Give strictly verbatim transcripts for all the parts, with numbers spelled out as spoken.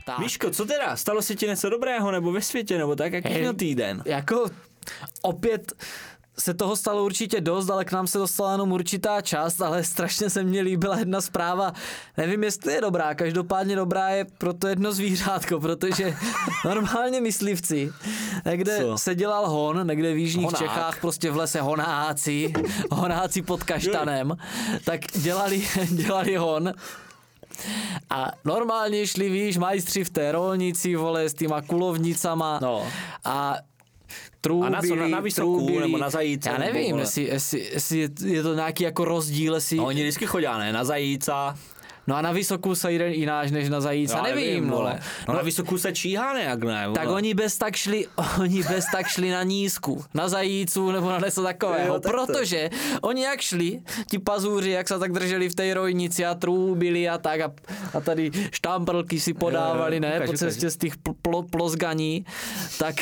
Tak. Míško, co teda? Stalo se ti něco dobrého nebo ve světě, nebo tak, jaký měl týden? Jako opět se toho stalo určitě dost, ale k nám se dostala jenom určitá část, ale strašně se mně líbila jedna zpráva. Nevím, jestli je dobrá, každopádně dobrá je pro to jedno zvířátko, protože normálně myslivci, někde Co? se dělal hon, někde v jižních Honák. Čechách, prostě v lese honáci, honáci pod kaštanem, tak dělali, dělali hon. A normálně šli, víš, majstři v té rolnici, vole, s týma kulovnicama No. a trůbili, A na co, na- na vysokou, trůbili. nebo na zajíce, Já nebo nevím, vole. jestli, jestli, jestli je, je to nějaký jako rozdíl, jestli... No, oni vždycky chodí, ne? Na zajíca. No a na vysokou se jde jináž než na zajíce, Já nevím, no. vole. No, na vysokou se číhá nějak, ne? Tak vole. oni bez tak šli, oni bez tak šli na nízku, na zajícu nebo na něco takového, Jo, tak to- protože oni jak šli, ti pazůři, jak se tak drželi v té rojnici a trůbili a tak a, a tady štamprlky si podávali, Jo, jo, ne, ukaž, po ukaž. cestě z těch pl- pl- plozganí, tak,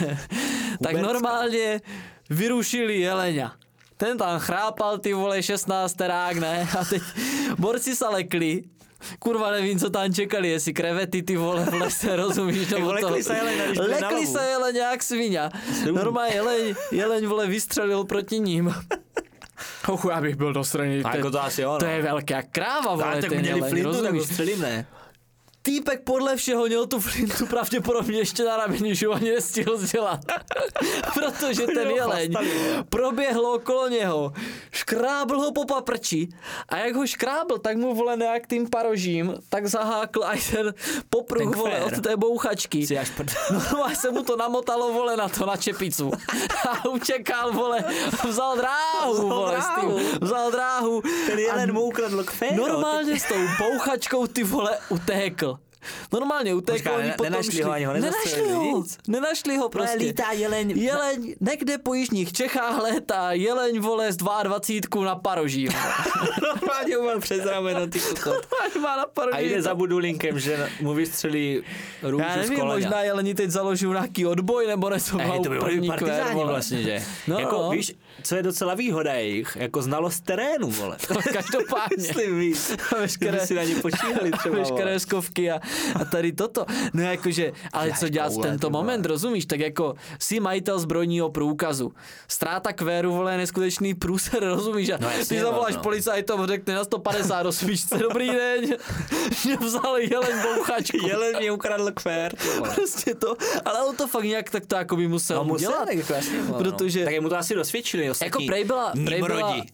tak Uberská. normálně vyrušili jeleňa. Ten tam chrápal, ty vole, šestnácterák, ne? A teď borci se lekli. Kurva, nevím, co tam čekali, jestli krevety, ty vole, v lese, rozumíš? Nebo lekli toho- se jeleň, když byli na lekli lovu. se jeleň jak svině. Normálně jeleň, jeleň, vole, vystřelil proti ním. Ochu, já bych byl dosraný. A jako to asi jo, To no. je velká kráva, vole, Tak, tak ten měli jeleň, flintu, tak ho rozumíš? střelím, ne? Týpek podle všeho měl tu flintu pravděpodobně ještě na rameni, že ho ani nestihl dělat. Protože ten Jo, jeleň chlastali, jo. proběhl okolo něho, škrábl ho po paprči a jak ho škrábl, tak mu vole nějak tím parožím, tak zahákl aj ten popruh, Ten vole, kvér. od té bouchačky. Si až prd... No a se mu to namotalo, vole, na to, na čepicu. A učekal, vole, vzal dráhu, Vzal vole, s tím, dráhu. vzal dráhu. Ten jelen mu ukradl kvér. Normálně s tou bouchačkou, ty vole, utékl. Normálně utekl, Počkej, oni ne- potom nenašli šli. ho, ani ho Nenašli nezastřelili, ho, nic. nenašli ho prostě. lítá jeleň. Jeleň, někde po jižních Čechách létá, jeleň, vole, z dvacítku na paroží. Normálně mu přes rameno, ty kokot. Má na paroží. A jde za budulinkem, že mu vystřelí růžu Já z nevím, koleně. možná jeleni teď založil nějaký odboj, nebo něco Ej, má to by byli první partizáni kvér, vole. vlastně, že? No, jako, no. víš, co je docela výhoda jejich? Jako znalost terénu, vole. Každopádně. Myslím, víš. Veškeré- Kdyby si na ně počítali třeba, Veškeré vole. skovky a, a tady toto. No jakože, ale Já co dělat v koule, tento ty vole. moment, rozumíš? Tak jako si majitel zbrojního průkazu. Ztráta kvéru, vole, je neskutečný průser, rozumíš? A No jasně, ty zavoláš no. policajtom, řekne na sto padesát osmičce, dobrý den. Mě vzal jeleň bouchačku. Jelen mě ukradl kvér, ty vole. Prostě to, ale on to fakt nějak tak to jako by musel No musel, udělat. tak jako jasně, vole, protože- no. Tak mu to asi dosvědčili ostatní. Jako prej byla, prej byla, Nimrodi.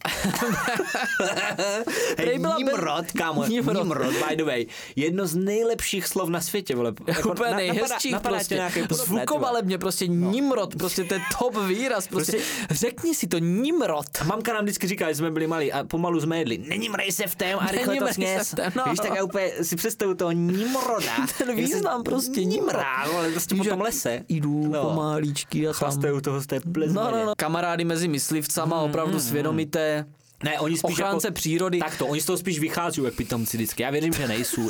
prej Hej, byla bez- Nimrod, kámo, Nimrod. Nimrod, by the way. Jedno z nejlepších slov na světě, vole. Jako úplně na- nejhezčí napadá- napadá tě prostě. nějaký podobné, ty vole. Zvukovalebně prostě Nimrod, prostě to je top výraz, prostě. Řekni si to Nimrod. A mamka nám vždycky říká, že jsme byli malí a pomalu jsme jedli. Nenimrej se v tém a rychle to Nenimrej se sněz. v tém, no. Víš, tak já úplně si představu toho Nimroda. Ten Jak se- význam prostě Nimrod. Nimrá, ale prostě po Víš, tom jak lese. Jdu No. pomáličky a tam. Chlastají u toho z té plezně. No, no, no. Kamarády mezi myslivcama, opravdu svědomité. Ne, oni spíš Ochránce jako, přírody. Tak to, oni z toho spíš vychází jak pitomci vždycky. Já věřím, že nejsou.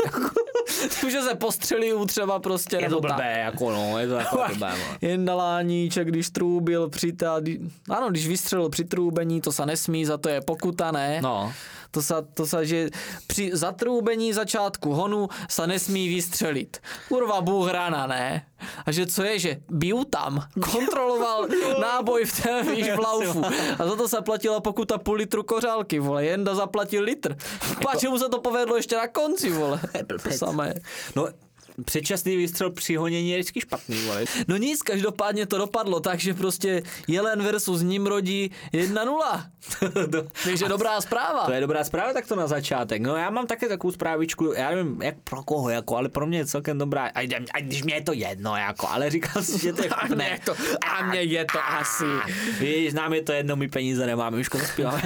Že se postřelí třeba prostě. Je nebo to tak. blbé, jako no, je to jako blbé. No. Jen Láníček, když trůbil při ta, ano, když vystřelil při trůbení, to se nesmí, za to je pokuta, ne? No. To se, to se, že při zatrůbení začátku honu se nesmí vystřelit. Kurva, bůh rana, ne? A že co je, že byl tam, kontroloval náboj v té, víš, v laufu. A za to se platila pokuta půl litru kořálky, vole. Jenda zaplatil litr. Páč, mu se to povedlo ještě na konci, vole. To samé. No, předčasný výstřel při honění je vždycky špatný, vole. No nic, každopádně to dopadlo tak, že prostě Jelen versus Nimrodi jedna nula. Takže dobrá zpráva. To je dobrá zpráva, tak to na začátek. No já mám také takovou zprávičku, já nevím, jak pro koho, jako, ale pro mě je celkem dobrá. A, a když mě je to jedno, jako, ale říkal si, že to je A fakt mě ne. je to, a mě je to asi. Víš, nám je to jedno, my peníze nemáme, už to zpíváme.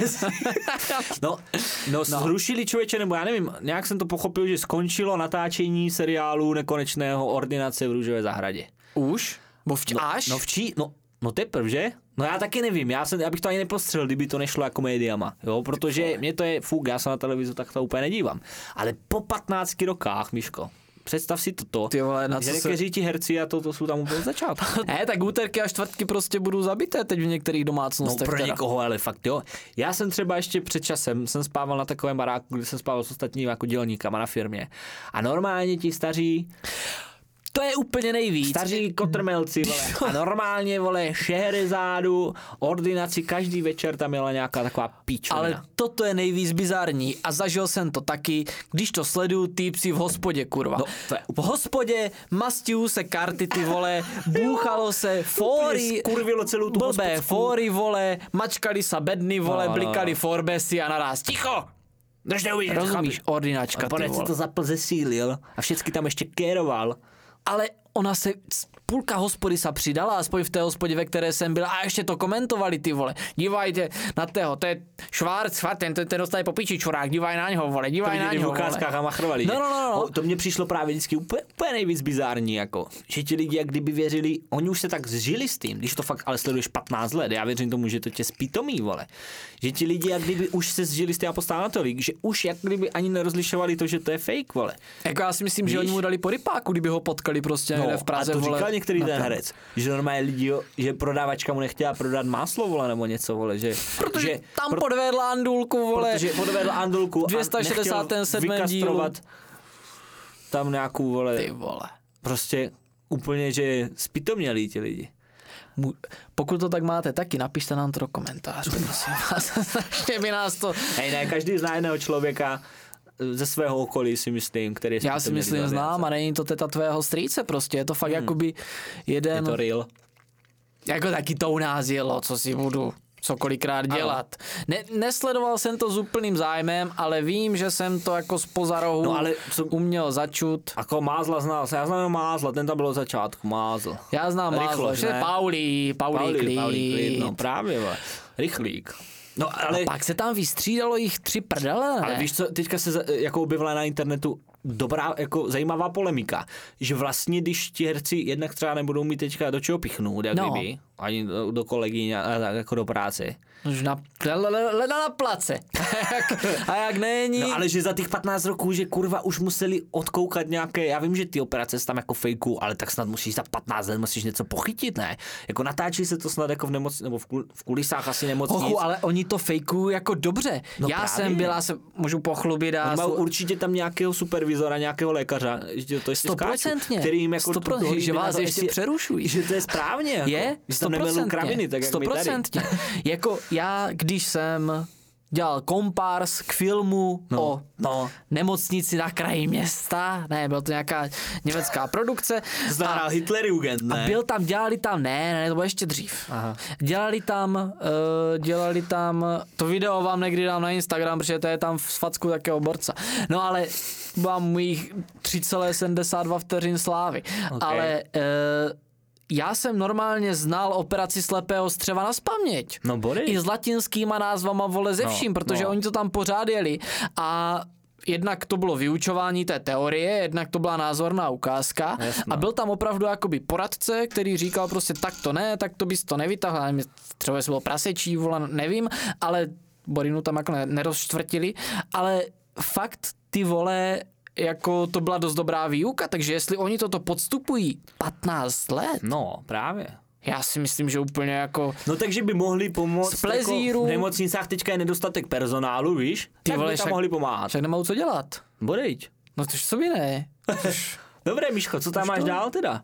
No, no, no, zrušili člověče, nebo já nevím, nějak jsem to pochopil, že skončilo natáčení seriálu Nekonečného Ordinace v Růžové zahradě. Už? Bo vč- No, až? No včí, no, no teprv, že? No já taky nevím, já, jsem, já bych to ani nepostřelil, kdyby to nešlo jako médiama, jo, protože mě to je fuk, já se na televizi tak to úplně nedívám. Ale po patnácti rokách, Miško, představ si toto, Ty vole, na co že se- někteří ti herci a to, to jsou tam úplně od začátku. Ne, tak úterky a čtvrtky prostě budou zabité teď v některých No domácnostech. pro teda. někoho, ale fakt jo. Já jsem třeba ještě před časem, jsem spával na takovém baráku, kde jsem spával s ostatními jako dělníkama na firmě. A normálně ti staří To je úplně nejvíc. Staří kotrmelci, vole. A normálně, vole, Šehrezádu, ordinaci, každý večer tam měla nějaká taková píčovina. Ale toto je nejvíc bizarní a zažil jsem to taky, když to sleduju týpci v hospodě, kurva. No, to je v hospodě mastiu se karty, ty vole, búchalo se, fóry, skurvilo celou tu blbé hospodskou. fóry, vole, mačkali sa bedny, vole, No, no, blikali no. forbesy a naraz ticho! Než neuvidíš, Rozumíš, ordinačka, A ty ponec si vole. to zapl zesílil a všecky tam ještě kéroval. Ale ona se, půlka hospody sa přidala, aspoň v té hospodě, ve které jsem byl, a ještě to komentovali, ty vole. Dívajte na tého, to je Švárc, ten, ten, ten dostane po piči čurák, dívaj na něho, vole, dívaj na v něho, vole. ukázkách a machrovali. No, že? no, no, no. O, to mně přišlo právě vždycky úplně, úplně nejvíc bizární, jako, že ti lidi jak kdyby věřili, oni už se tak zžili s tím, když to fakt ale sleduješ patnáct let, já věřím tomu, že to tě spítomí, vole. Že ti lidi jak kdyby už se zžili s tím a postávali natolik, že už jak kdyby ani nerozlišovali to, že to je fake, vole. Jako já si myslím, Víš? že oni mu dali po rypáku, kdyby ho potkali prostě někde v Praze, a to vole. říkal některý na ten tom. herec, že normálně lidi, jo, že prodávačka mu nechtěla prodat máslo, vole, nebo něco, vole, že... Protože že, tam pro, podvedla Andulku, vole. protože podvedl Andulku a dvě stě šedesát sedm nechtěl dílu. vykastrovat tam nějakou, vole, Ty vole. prostě úplně, že spitomělí ti lidi. Mu- Pokud to tak máte taky, napište nám to do komentářů, prosím vás. Strašně by nás to... Hej, ne, každý zná jedného člověka ze svého okolí, si myslím, který je Já si spitomělý myslím, za znám věc. a není to teta tvého strýce prostě, je to fakt hmm. jakoby jeden... Je to real. Jako taky to u nás jelo, co si budu cokolikrát dělat. Ne, nesledoval jsem to s úplným zájmem, ale vím, že jsem to jako spoza rohu No, ale co- uměl začut. Jako Mázla znal, já znám Mázla, ten tam byl od začátku, Mázl. Já znám Rychlost, Mázlo, že ne? Paulí, Paulí, Paulí, Klid. Paulí, Klid, no právě, vole. Rychlík. No ale, A pak se tam vystřídalo jich tři prdele, ne? ale víš co, teďka se za- jako objevila na internetu dobrá, jako zajímavá polemika, že vlastně, když ti herci jednak třeba nebudou mít teďka do čeho pichnout, jak No. kdyby, ani do, do kolegyň a, a tak jako do práce. Už na, leda na place. a, jak, a jak není... No ale že za těch patnáct roků, že kurva už museli odkoukat nějaké, já vím, že ty operace jsou tam jako fejku, ale tak snad musíš za patnáct let musíš něco pochytit, ne? Jako natáčí se to snad jako v nemoc, nebo v, kul, v kulisách asi nemocnic. Hochu, ale oni to fejkují jako dobře. No já právě. jsem byla, se můžu pochlubit a... Oni mají určitě tam nějakého supervizora, nějakého lékaře, že to ještě Stoprocentně. který jim jako Stoprocentně, že vás ještě přerušují. Že to je správně. Jako. Je? Že tam nemelou kraviny, tak jak my tady. Stoprocentně. Jako já, když jsem dělal kompárs k filmu No, o no. nemocnici na kraji města, ne, byla to nějaká německá produkce. Zahrál Hitlerjugend, ne? A byl tam, dělali tam, ne, ne, to bylo ještě dřív. Aha. Dělali tam, uh, dělali tam, to video vám někdy dám na Instagram, protože to je tam v facku takého borca. No ale mám mých tři celé sedmdesát dva vteřin slávy. Okay. Ale uh, já jsem normálně znal operaci slepého střeva nazpaměť. No body. I s latinskýma názvama, vole, ze No, vším, protože no. oni to tam pořád jeli. A jednak to bylo vyučování té teorie, jednak to byla názorná ukázka. Jasno. A byl tam opravdu jakoby poradce, který říkal prostě tak to ne, tak to bys to nevytahl. Nevím, třeba jestli bylo prasečí, vole, nevím, ale Borinu tam jako ne, nerozčtvrtili. Ale fakt ty vole, jako to byla dost dobrá výuka, takže jestli oni toto podstupují patnáct let, No, právě. já si myslím, že úplně jako... No takže by mohli pomoct, Z plezíru. jako v nemocnicách teďka je nedostatek personálu, víš? Ty Tak vole, by tam však- mohli pomáhat. Však nemohu co dělat. Bodejť. No tož co by ne. Dobré, Miško, co tam Už máš to? dál teda?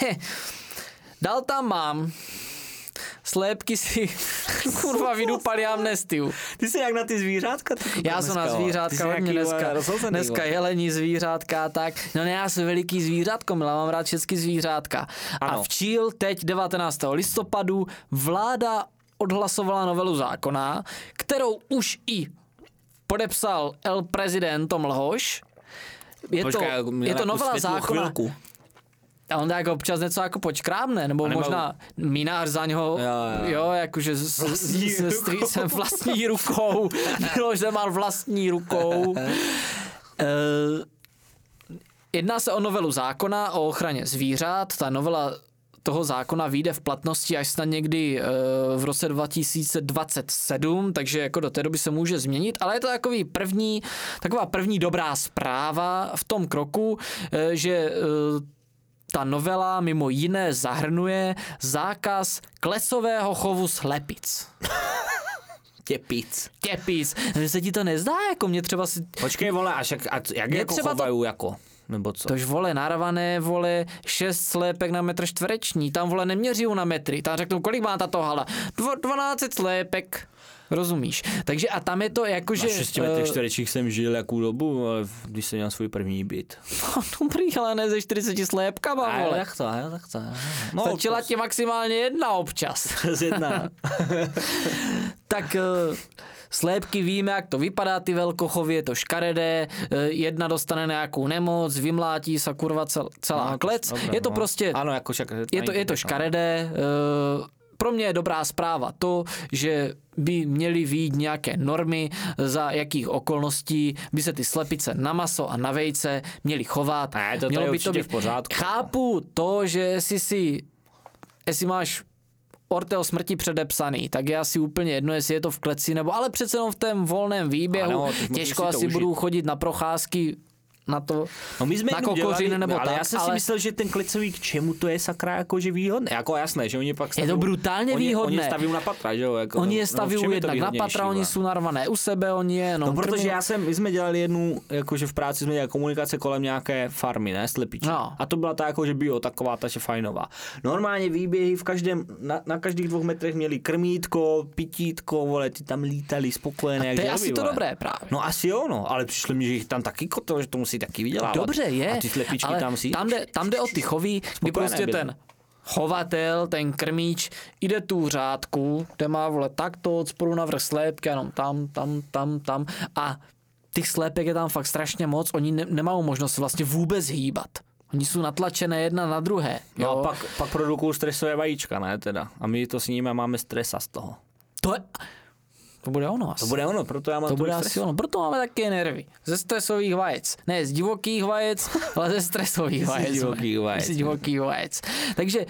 Dal tam mám. Slépky si kurva vydupali amnestiu. Ty jsi jak na ty zvířátka? Ty Já jsem na zvířátka hodně dneska. Dneska jelení zvířátka, tak. No ne, já jsem veliký zvířátko, milá, mám rád všechny zvířátka. A Ano. včíl teď devatenáctého listopadu vláda odhlasovala novelu zákona, kterou už i podepsal el prezident Tom Lhoš. Je Počkej, to, měl je to jako novela světlou zákona. chvilku. A on tak občas něco jako počkrábne, nebo nemá- možná mínář za něho, Jo, jo. jo, jakože s- Vlastní se rukou. strýcem vlastní rukou, Miloš Zeman vlastní rukou. Eh, Jedná se o novelu zákona o ochraně zvířat. Ta novela toho zákona vyjde v platnosti až snad někdy eh, v roce dva tisíce dvacet sedm, takže jako do té doby se může změnit, ale je to takový první, taková první dobrá zpráva v tom kroku, eh, že eh, ta novela mimo jiné zahrnuje zákaz klecového chovu slepic. Těpic. Těpic. Se ti to nezdá? Jako mě třeba si... Počkej, vole, až jak, a jak Je jako třeba to- chovají jako? nebo co? Tož vole narvané, vole šest slépek na metr čtvereční, tam vole neměří na metry, tam řeknou, kolik má tato hala, Dvo, dvanáct slépek. Rozumíš. Takže a tam je to jako, že... Na šesti metrech čtverečních jsem žil jakou dobu, ale když jsem měl svůj první byt. No, dobrý, ale ne ze čtyřiceti slépkama, vole. Tak to, tak to. No, stačila ti maximálně jedna občas. Z jedna. Tak uh, slépky víme, jak to vypadá, ty velkochovy, je to škaredé, uh, jedna dostane nějakou nemoc, vymlátí se kurva cel, celá no, klec. dobré, je to no. prostě... Ano, jako však... Je to, je to škaredé, uh, pro mě je dobrá zpráva to, že by měly vyjít nějaké normy, za jakých okolností by se ty slepice na maso a na vejce měly chovat. Ne, to Mělo je by to být v pořádku. Chápu to, že jestli si, jestli máš orteo smrti předepsaný, tak je asi úplně jedno, jestli je to v kleci, nebo ale přece jenom v tom volném výběhu. Ano, těžko asi budu chodit na procházky na to, no my jsme na kokořiny dělali, nebo ale tak. já jsem ale si myslel, že ten klecový k čemu to je sakra jakože výhodné. Jako jasné, že oni pak staví, je to brutálně oni, výhodné. Oni staví na patra, že jo? Jako, oni je no, staví no, jednak na patra, oni jsou narvané u sebe, oni je no. No protože krmí... já jsem, my jsme dělali jednu, jakože v práci jsme dělali komunikace kolem nějaké farmy, ne, slepičí. No. A to byla ta jakože bio, taková ta, že fajnová. Normálně výběhy v každém, na, na každých dvou metrech měli krmítko, pitítko, vole, ty tam lítali spokojené. A to je asi to dobré právě. No asi jo, no, ale přišlo mi, že jich tam taky koto, že to musí taky vydělávat. Dobře je, a ty slepičky ale tam si... tam jde, tam jde o ty chovy, kdy prostě byli. ten chovatel, ten krmíč, jde tu řádku, kde má vole takto od spodu navrch slépky, jenom tam, tam, tam, tam a těch slépek je tam fakt strašně moc, oni ne, nemají možnost vlastně vůbec hýbat. Oni jsou natlačené jedna na druhé. No Jo? a pak, pak produkují stresové vajíčka, ne teda. A my to s nimi máme stresa z toho. To je... To bude ono asi. To bude ono, proto já mám To bude stres. asi ono, proto máme také nervy. Ze stresových vajec. Ne z divokých vajec, ale ze stresových vajec. Z divokých vajec. Z divokých vajec. Takže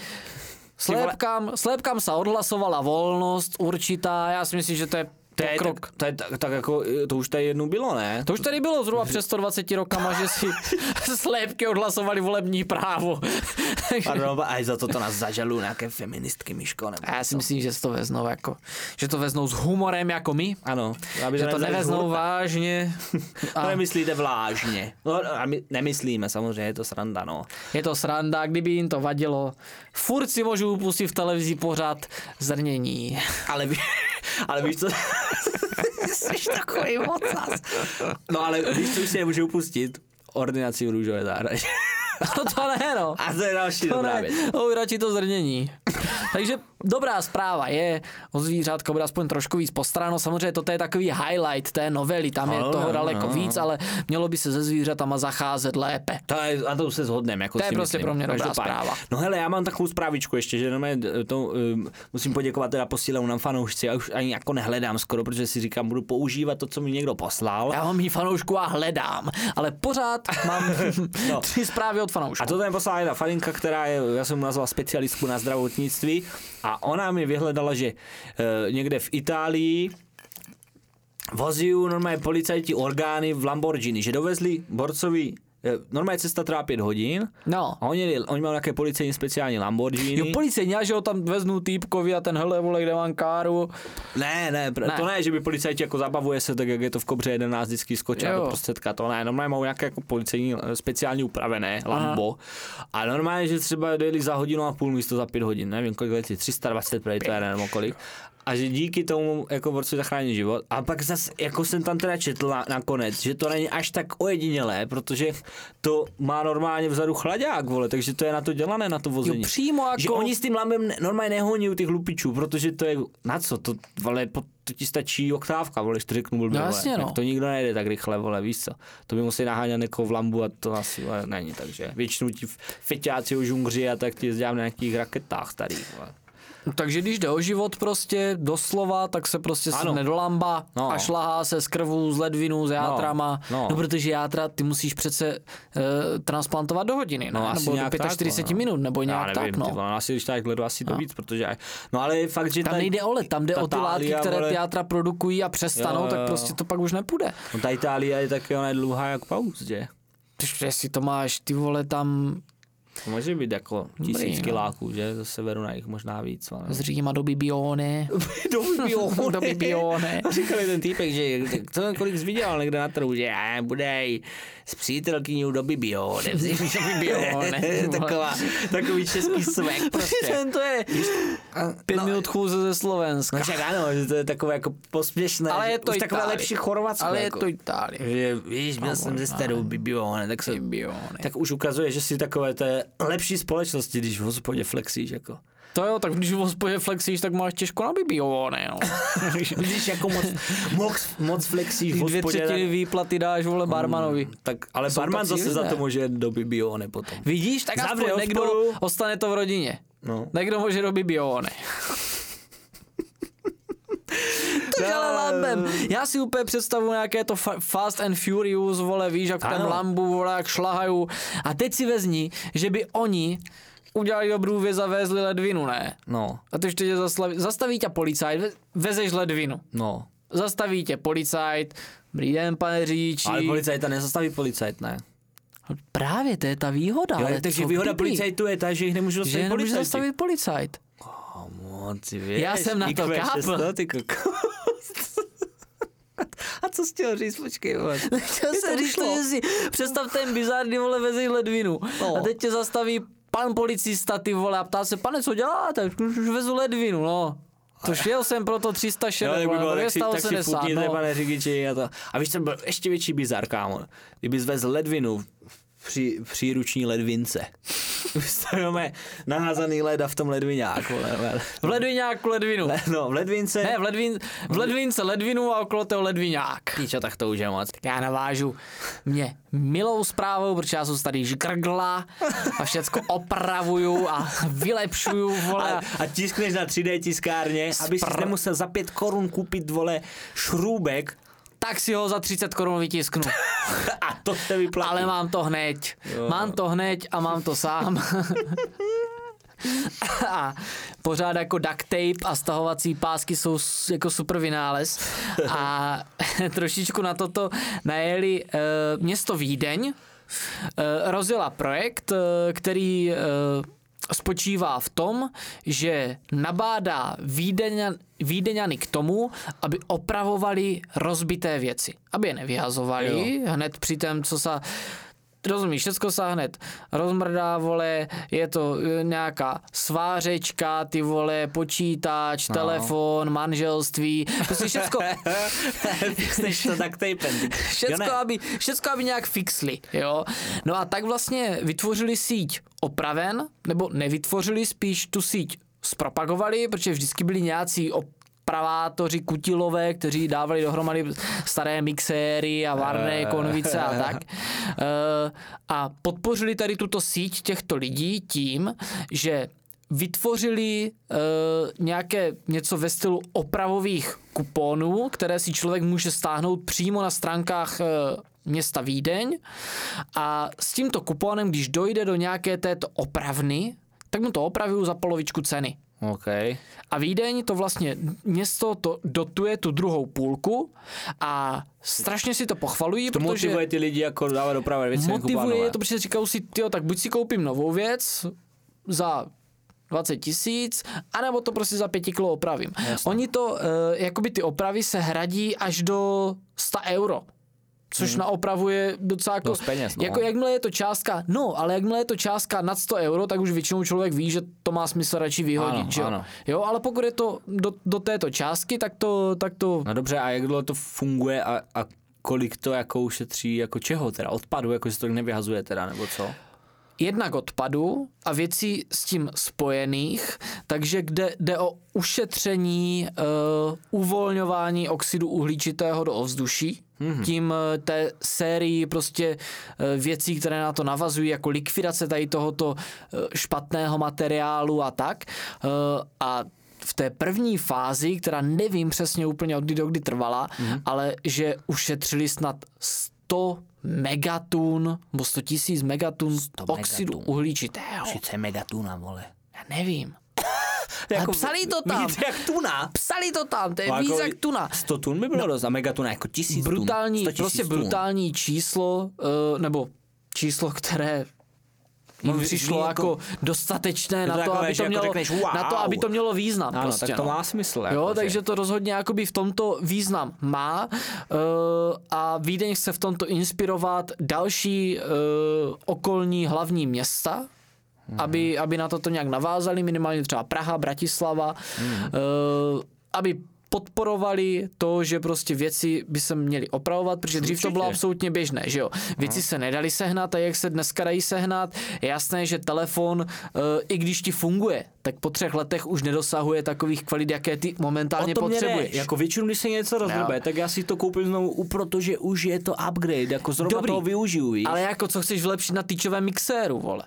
slépkám, slépkám sa odhlasovala volnost určitá, já si myslím, že to je To je, pokrok. tak, to je tak, tak jako, to už tady jednou bylo, ne? To už tady bylo zhruba před sto dvaceti rokama, že si slépky odhlasovali volební právo. Pardon, a za to to nás zažalují nějaké feministky, Miško, nebo A já si myslím, že to veznou jako, že to veznou s humorem jako my. ano. Aby Že to neveznou vážně. To nemyslíte vlážně. No a my nemyslíme, samozřejmě, je to sranda, no. Je to sranda, kdyby jim to vadilo. Furt si můžu upustit v televizi pořád zrnění. Ale, ví, ale víš co? Jsi takový mocas. No ale víš, co už si nemůže upustit? Ordinaci v růžové zahradě. No to ne, no. A to je další To dobrá ne, věc. to radši to zrnění. Takže dobrá zpráva je, o zvířátka bude aspoň trošku víc postaráno. Samozřejmě toto je takový highlight té novely, tam je No, toho no, daleko no, víc, no. ale mělo by se se zvířatama zacházet lépe. To je, a to se shodneme. Jako To je si prostě myslím. pro mě dobrá Každopádně. zpráva. No hele, já mám takovou zprávičku ještě, že normálně to um, musím poděkovat teda posílenu nám fanoušci. Já už ani jako nehledám skoro, protože si říkám, budu používat to, co mi někdo poslal. Já mám jí fanoušku a hledám, ale pořád mám No. tři zprávy od fanoušků. A to tam poslala jedna faninka, která je, já jsem mu nazval specialistku na zdravotnictví a ona mi vyhledala, že e, někde v Itálii vozí normálně policajti orgány v Lamborghini, že dovezli borcovi, e, normálně cesta trvá pět hodin No. a oni, jeli, oni měli nějaké policejní speciální Lamborghini. Jo, policejně, že ho tam veznu týpkovi a ten hele, vole, kde mám káru. Ne, ne, pr- Ne. to ne, že by policajti jako zabavuje se, tak jak je to v Kobře jedenáct vždycky skočí Jo. do prostředka, to ne, normálně mají nějaké jako policejní eh, speciálně upravené Lambo. A normálně, že třeba dojeli za hodinu a půl místo za pět hodin, nevím kolik letí, tři sta dvacet prej, to je nebo kolik. A že díky tomu jako borci zachrání život. A pak zase, jako jsem tam teda četl na, nakonec, že to není až tak ojedinělé, protože to má normálně vzadu chlaďák, vole, takže to je na to dělané, na to vození. Jo, přímo jako... Že oni s tím lambem ne- normálně nehoní těch lupičů, protože to je, na co, to, vole, po, to ti stačí oktávka, vole, že to řeknu blbě, No, jasně, vole. no. Tak to nikdo nejde tak rychle, vole, víš co. To by museli nahánět někoho v lambu a to asi, vole, není, takže většinou ti feťáci už žungři a tak ti jezdí na nějakých raketách starých, vole. Takže když jde o život prostě doslova, tak se prostě Ano. sedne do lamba No. a šlahá se z krvu, z ledvinu, z játrama. No, no. No, protože játra ty musíš přece uh, transplantovat do hodiny, No, ne? asi Nebo do nějak tak, čtyřicet no. minut, nebo Já nějak nevím, tak, no. ty vole, asi když tak hledu, asi to víc, protože, no ale je fakt, že Tam ta- nejde o let, tam jde ta o ty látky, Thalia, které vole, ty játra produkují a přestanou, Jo, jo, tak jo. prostě to pak už nepůjde. No ta Itálie je taky, ona je dlouhá jak pauz, že? Když si to máš, ty vole, tam Může být jako tisíc kiláků, že? Ze severu na jich možná víc. Ale... Z Říma do Bibione. do Bibione. do Bibione. Říkali ten týpek, že to kolik jsi viděl někde na trhu, že budej s přítelkyní do Bibione. do Bibione. Taková, takový český svek prostě. to je pět no, minut chůze ze Slovenska. No však ano, že to je takové jako posměšné. Ale je to už takové Itálie. lepší Chorvatsko. Ale jako. je to Itálie. Že, víš, byl jsem ze starou Bibione, tak, se, Bibione. tak už ukazuje, že si takové té lepší společnosti, když v hospodě flexíš. Jako. To jo, tak když v hospodě flexíš, tak máš těžko na Bibione, no. Když jako moc, moc, moc flexíš v Dvě hospodě. třetiny výplaty dáš, vole, barmanovi. Tak, ale Jsou barman tak zase silné. za to může do Bibione potom. Vidíš, tak Zavře aspoň někdo hospodu. ostane to v rodině. No. Někdo může do Bibione. To je ale lambem. Já si úplně představuji nějaké to fa- Fast and Furious, vole, víš, jak v tom Ano. lambu, vole, jak šlahajou. A teď si vezni, že by oni udělali dobrou věc a vezli ledvinu, ne? No, A to ještě tě zastaví, zastaví tě policajt, ve- vezeš ledvinu. no. Zastaví tě policajt, dobrý den, pane řidiči. Ale policajta nezastaví policajt, ne? Právě, to je ta výhoda. Jo, ale takže co výhoda kdyby? policajtu je ta, že jich nemůžu Že zastavit je nemůže policajti. zastavit policajt. Moc, věš, Já jsem na to I Q kápl. šest sto, ty kokos. A co jsi chtěl říct, počkej, vole. Chtěl Je jsem to říct, ušlo. že si představ ten bizár, kdy vole vezeš ledvinu. No. A teď tě zastaví pan policista, ty vole, a ptá se, pane, co děláte? Už už vezu ledvinu, no. To šel jsem pro to tři sta šedesát, Jo, tak by bylo, nebo tak si, tak si dvě stě osmdesát, fukněte, no. pane řidiči, a to. A víš, co byl ještě větší bizar, kámo. Kdybys vezl ledvinu, při, příruční ledvince. Stavíme naházaný led a v tom ledviňák, vole. V ledviňáku ledvinu. No, v ledvince. Ne, v, ledvin, v ledvince ledvinu a okolo toho ledviňák. Píčo, tak to už je moc. Já navážu mě milou zprávou, protože já jsem tady žgrgla a všecko opravuju a vylepšuju, vole. A, a tiskneš na tři dé tiskárně, aby si Spr- nemusel za pět korun koupit, vole, šrůbek Tak si ho za třicet korun vytisknu. a to se vyplatí. Ale mám to hned. Jo. Mám to hned a mám to sám. A pořád jako duct tape a stahovací pásky jsou s- jako super vynález. A trošičku na toto najeli e, město Vídeň. E, rozjela projekt, e, který e, spočívá v tom, že nabádá Vídeňan, Vídeňany k tomu, aby opravovali rozbité věci. Aby je nevyhazovali jo. hned při tom, co se rozumíš, všecko se hned rozmrdá, vole, je to e, nějaká svářečka, ty vole, počítač, no. telefon, manželství, prostě všecko, Písneš to duct tapem. všecko, aby, všecko, aby nějak fixli, jo. No a tak vlastně vytvořili síť opraven, nebo nevytvořili, spíš tu síť zpropagovali, protože vždycky byli nějací opravátoři kutilové, kteří dávali dohromady staré mixéry a varné konvice a tak. E, a podpořili tady tuto síť těchto lidí tím, že vytvořili e, nějaké něco ve stylu opravových kuponů, které si člověk může stáhnout přímo na stránkách e, města Vídeň a s tímto kuponem, když dojde do nějaké této opravny, tak mu to opravují za polovičku ceny. Okay. A Vídeň to vlastně, město to dotuje tu druhou půlku a strašně si to pochvalují, To protože motivuje ty lidi jako dávat dopravy věci. motivuje je to, protože říkají si, tyjo, tak buď si koupím novou věc za dvacet tisíc, anebo to prostě za pěti kilo opravím. Jasne. Oni to, e, jakoby ty opravy se hradí až do sto euro. Což hmm. na opravu je docela jako, Dost peněz, no. jako jakmile je to částka, no, ale jakmile je to částka nad sto euro, tak už většinou člověk ví, že to má smysl radši vyhodit, Ano, že jo? ano. Jo, ale pokud je to do, do této částky, tak to, tak to No dobře, a jak dlouho to funguje a, a kolik to jako ušetří, jako čeho teda, odpadu, jako se to nevyhazuje teda, nebo co? jednak odpadu a věcí s tím spojených, takže kde jde o ušetření uh, uvolňování oxidu uhličitého do ovzduší, mm-hmm. tím uh, té sérii prostě uh, věcí, které na to navazují, jako likvidace tady tohoto uh, špatného materiálu a tak. Uh, a v té první fázi, která nevím přesně úplně od kdy do kdy trvala, mm-hmm. ale že ušetřili snad sto megatun, nebo sto tisíc megatun oxidu megatun. uhličitého. třicet megatuna, vole. Já nevím. Jako, Ale psali to tam. Víc jak tuna. Psali to tam, to je No, víc jako jak tuna. sto tun by bylo no, dost, a megatuna jako tisíc brutální, tun. prostě brutální číslo, uh, nebo číslo, které jim přišlo jako, jako dostatečné na to, takové, aby to, jako mělo, řekneš, wow. na to, aby to mělo význam. Ano, prostě, tak to no. má smysl. Jo, Jako, takže že... to rozhodně jakoby v tomto význam má uh, a Vídeň chce v tomto inspirovat další uh, okolní hlavní města, hmm. aby, aby na toto nějak navázali, minimálně třeba Praha, Bratislava, hmm. uh, aby podporovali to, že prostě věci by se měly opravovat, protože dřív Určitě. to bylo absolutně běžné, že jo. Věci se nedaly sehnat a jak se dneska dají sehnat, je jasné, že telefon, i když ti funguje, tak po třech letech už nedosahuje takových kvalit, jaké ty momentálně potřebuješ. Ne. Jako většinou, když se něco rozdrobe, tak já si to koupím znovu, protože už je to upgrade, jako zrovna Dobrý. toho využiju, víš? Ale jako co chceš vylepšit na tyčovém mixéru, vole?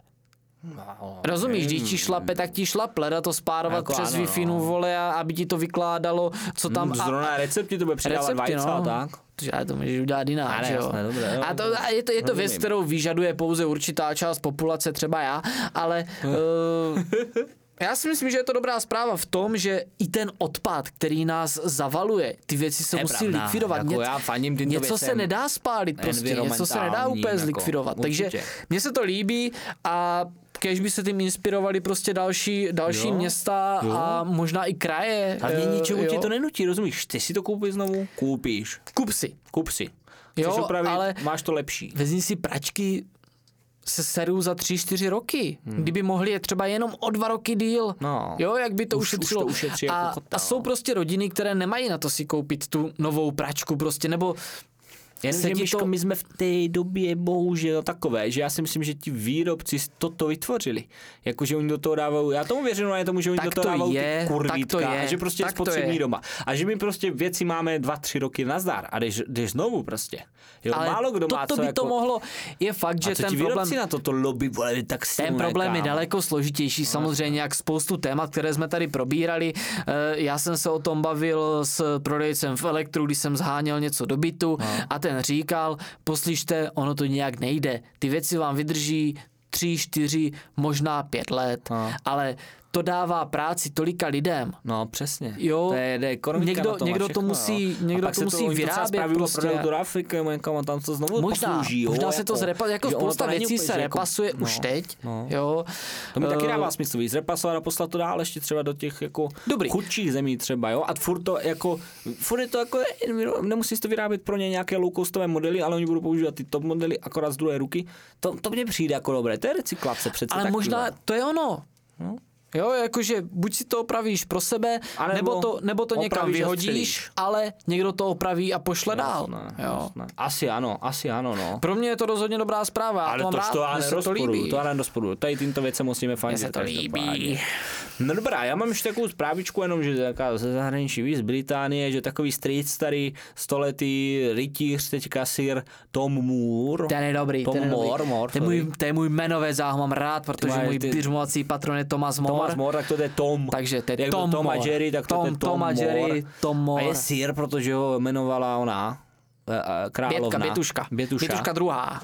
No, Rozumíš, když ti šlape, tak ti šlape, dá to spárovat jako přes ano, Wi-Fi, no. vole, a aby ti to vykládalo, co tam... Hmm, zrovna recepty to bude přidávat vajce no. a tak. Ale to můžeš udělat jinak, že jo. Jasné, dobré, jo. A, to, a je to, je to věc, kterou vyžaduje pouze určitá část populace, třeba já, ale... uh, Já si myslím, že je to dobrá zpráva v tom, že i ten odpad, který nás zavaluje, ty věci se je musí pravda. likvidovat. Jako Něco, já faním něco věcem, se nedá spálit prostě, něco se nedá úplně jako, zlikvidovat. Určitě. Takže mně se to líbí a kéž by se tím inspirovali prostě další, další jo, města jo. a možná i kraje. A uh, ničemu ti to nenutí, rozumíš? Ty si to koupíš znovu? Koupíš. Kup si. Kup si. Jo, Chceš opravit, ale máš to lepší. Vezmi si pračky se serou za tři, čtyři roky. Hmm. Kdyby mohli je třeba jenom o dva roky díl. No. Jo, jak by to už, ušetřilo. Už to ušetří a, jako chota, a jsou prostě rodiny, které nemají na to si koupit tu novou pračku prostě, nebo Jenomže Myško, to... my jsme v té době bohužel takové, že já si myslím, že ti výrobci toto vytvořili. Jakože oni do toho dávají, já tomu věřím, ale tomu, že oni tak do toho to dávají je, ty kurvítka tak to je, a že prostě je spotřební je. doma. A že my prostě věci máme dva, tři roky nazdar a jdeš, jdeš znovu prostě. Jo, ale málo kdo má to co by jako... to mohlo, je fakt, že a co ten ti problém... na toto lobby, vole, tak ten problém je daleko složitější, no, samozřejmě, jak spoustu témat, které jsme tady probírali. Já jsem se o tom bavil s prodejcem v Elektru, když jsem zháněl něco do bytu no. a ten říkal, poslyšte, ono to nějak nejde. Ty věci vám vydrží tři, čtyři, možná pět let, no. ale to dává práci tolika lidem. No, přesně. Jo, to je, je někdo, to někdo všechno, to musí, někdo to musí to, vyrábět to prostě. do Afriky, a tam to znovu možná, poslouží, jo, možná jako, se to zrepasuje, jako spousta věcí se repasuje jako, už no, teď, no. jo. To mi uh, taky Uh, dává smysl, víc repasovat a poslat to dál ještě třeba do těch jako dobrý. chudších zemí třeba, jo, a furt to jako, furt je to jako, nemusí to vyrábět pro ně nějaké low-costové modely, ale oni budou používat ty top modely akorát z druhé ruky, to, to mně přijde jako dobré, to je recyklace přece. Ale taky, možná no. to je ono. No. Jo, jakože buď si to opravíš pro sebe, nebo, nebo to, nebo to někam vyhodíš, ale někdo to opraví a pošle dál. Jasné, jo. Jasné. Asi ano, asi ano, no. Pro mě je to rozhodně dobrá zpráva. Ale to, to, rád, to já nerozporuju, to já nerozporuju. Tady tímto věcem musíme fandit. Mně se to líbí. No dobrá, já mám ještě takovou zprávičku, jenom, že taká ze zahraničí, víc z Británie, že takový street starý, stoletý rytíř, teďka sir Tom Moore. Ten je dobrý, Tom ten je Moore, dobrý. Moore, to, je můj, to je můj jmenovec, já ho mám rád, protože můj ty... běžmovací patron je Thomas More. Thomas More, tak to je Tom. Takže to je jak Tom, Tom More. a Jerry, tak to Tom, je Tom, Tom a Jerry, Tom More. A je sir, protože ho jmenovala ona, královna. Bětka, Bětuška. Bětuša. Bětuška druhá.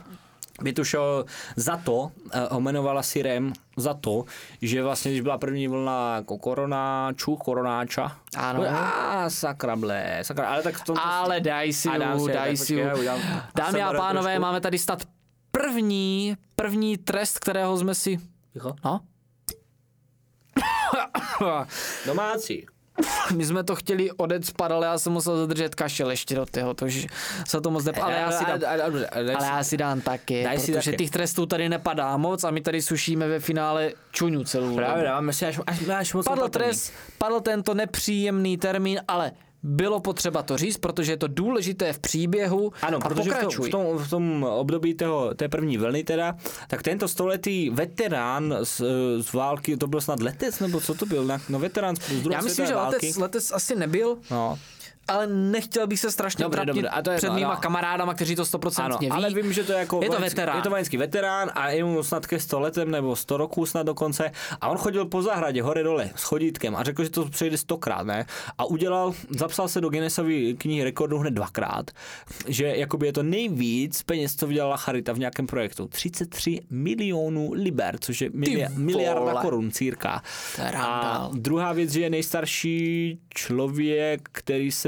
Bětušo za to ho jmenovala sirem za to, že vlastně, když byla první vlna jako koronáčů, koronáča. Ano. A sakra ble, sakra, ale tak v tom... Ale daj si ju, daj si ju. Dámy a pánové, trošku. Máme tady stát první, první trest, kterého jsme si... Ticho? No? Domácí. My jsme to chtěli odecpat, ale já jsem musel zadržet kašel ještě do toho, takže se to moc nepad, ale já si dám, ale já si dám taky, protože těch trestů tady nepadá moc a my tady sušíme ve finále čuňu celou. Právě dáváme si až, až, až moc padl trest, padl tento nepříjemný termín, ale bylo potřeba to říct, protože je to důležité v příběhu. Ano, a protože v tom, v, tom, v tom období toho, té první vlny teda, tak tento stoletý veterán z, z války, to byl snad letec, nebo co to byl? No veterán z druhé Já myslím, že války. letec, letec asi nebyl. No. Ale nechtěl bych se strašně trapnit před no, mýma no. kamarádama, kteří to stoprocentně ví. Ale vím, že to je jako je to vojenský, veterán. Je to vojenský veterán a je mu snad ke sto letem nebo sto roků snad dokonce a on chodil po zahradě hore dole s chodítkem a řekl, že to přejde stokrát, ne? A udělal, zapsal se do Guinnessovy knihy rekordů hned dvakrát, že jakoby je to nejvíc peněz, co vydělala charita v nějakém projektu. třicet tři milionů liber, což je mili- miliarda korun círka. A druhá věc, že je nejstarší člověk, který se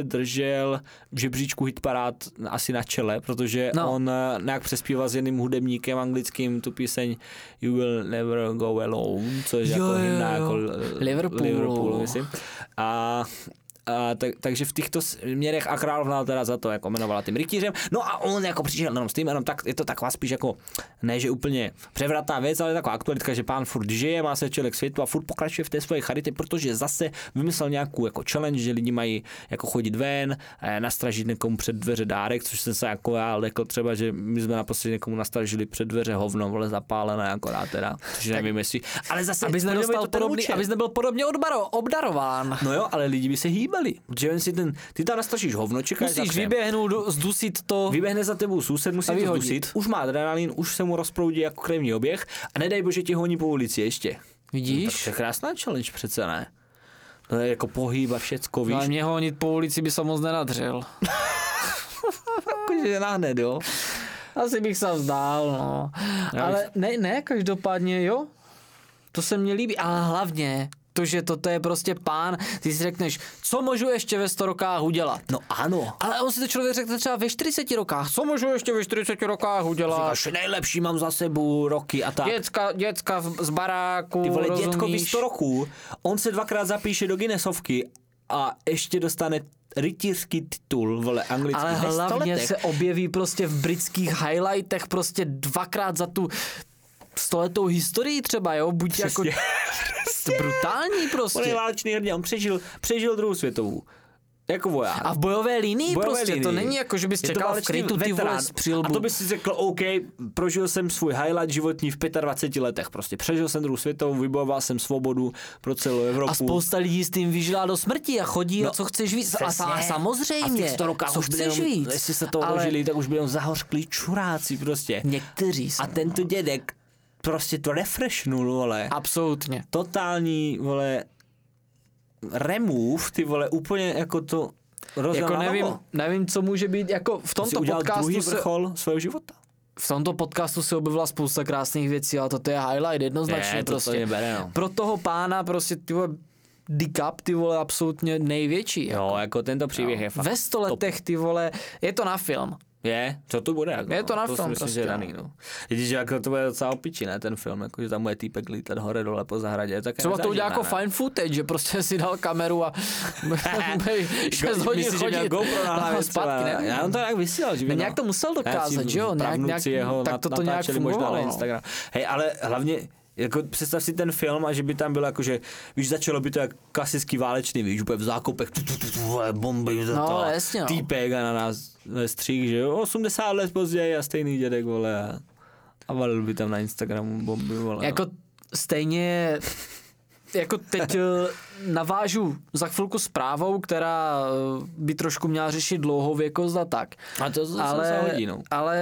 držel v žebříčku hitparád asi na čele, protože no. on nějak přespíval s jedným hudebníkem anglickým tu píseň You Will Never Go Alone, což je jako hymna jako Liverpoolu. Liverpoolu, myslím. A A, tak, takže v těchto směrech a královna teda za to jako jmenovala tím rytířem. No a on jako přišel jenom s tím, jenom tak, je to taková spíš jako, ne že úplně převratná věc, ale taková aktualitka, že pán furt žije, má se člověk světu a furt pokračuje v té své charitě, protože zase vymyslel nějakou jako challenge, že lidi mají jako chodit ven, nastražit někomu před dveře dárek, což jsem se jako já lekl třeba, že my jsme naposledy někomu nastražili před dveře hovno, vole zapálené akorát teda, což nevím jestli. Ale zase abys nedostal podobný, abys nebyl podobně odbaro, obdarován. No jo, ale lidi by se hýbali. Že si ten, ty tam nastražíš hovno, čekáš. Musíš vyběhnout, zdusit to. Vyběhne za tebou soused, musí to zdusit. Už má adrenalin, už se mu rozproudí jako krevní oběh a nedej bože tě honí po ulici ještě. Vidíš? No, to je krásná challenge přece, ne? To je jako pohyb a všecko, víš. No, ale mě honit po ulici by se moc nenadřel. Jakože nahned, jo. Asi bych se vzdál, no. Já ale bych... ne, ne, každopádně, jo. To se mně líbí, ale hlavně to, že toto je prostě pán, ty si řekneš, co můžu ještě ve sto rokách udělat? No ano. Ale on si to člověk řekne třeba ve čtyřiceti rokách, co můžu ještě ve čtyřiceti rokách udělat? Říkáš, nejlepší mám za sebou roky a tak. Děcka, děcka z baráku, ty vole, rozumíš? dětkovi sto roků, on se dvakrát zapíše do Guinnessovky a ještě dostane rytířský titul, vole, anglický. Ale hlavně se objeví prostě v britských highlightech prostě dvakrát za tu stoletou historii třeba, jo? Buď přesně. Jako to brutální prostě. On je válečný hrdina, on přežil, přežil druhou světovou. Jako voják. A v bojové linii bojové prostě, linii. To není jako, že bys je čekal v krytu ty vole z přilbu. A to bys si řekl, OK, prožil jsem svůj highlight životní v dvaceti pěti letech, prostě přežil jsem druhou světovou, vybojoval jsem svobodu pro celou Evropu. A spousta lidí s tím vyžila do smrti a chodí no, a co chceš víc. A, a samozřejmě, a v sto rokách co už chceš jenom, víc. Jestli se to ale... dožili, tak už byli zahořklí čuráci prostě. Někteří jsou. A tento dědek prostě to refreshnul, vole. Absolutně. Totální, vole, remove, ty vole, úplně jako to rozděl jako nevím, nevím, co může být, jako v tomto podcastu druhý vrchol se... svého života. V tomto podcastu se objevila spousta krásných věcí, ale toto je highlight jednoznačně je, to prostě. To nebere, no. Pro toho pána prostě ty vole Dicap, ty vole, absolutně největší. Jo, jako, jako tento příběh jo. je fakt Ve sto letech, ty vole, je to na film. Je, co to bude? Jako, je to na to film myslím, prostě. Že je daný, no. Vidíš, že jako to bude docela opičí, ne, ten film, jako, že tam bude týpek lítat hore dole po zahradě. Tak třeba to udělá jako fine footage, že prostě si dal kameru a šest hodin chodit. Myslíš, že GoPro na hlavě zpátky, ne? Já on to nějak vysílal, že by nějak to musel dokázat, že jo? Nějak, nějak, jeho tak to to nějak fungovalo. Možná na Instagram. Hej, ale hlavně jako představ si ten film a že by tam bylo jako, že víš, začalo by to jak klasický válečný, víš, úplně v zákopech, tu, tu, tu, tu, bomby, no, to, jasně, no. týpek a na nás střih, že jo, osmdesát let později a stejný dědek, vole, a, a valil by tam na Instagramu bomby, vole. Jako stejně, jako teď navážu za chvilku zprávou, která by trošku měla řešit dlouhověkost a tak. A to zase ale, se hodí, no. Ale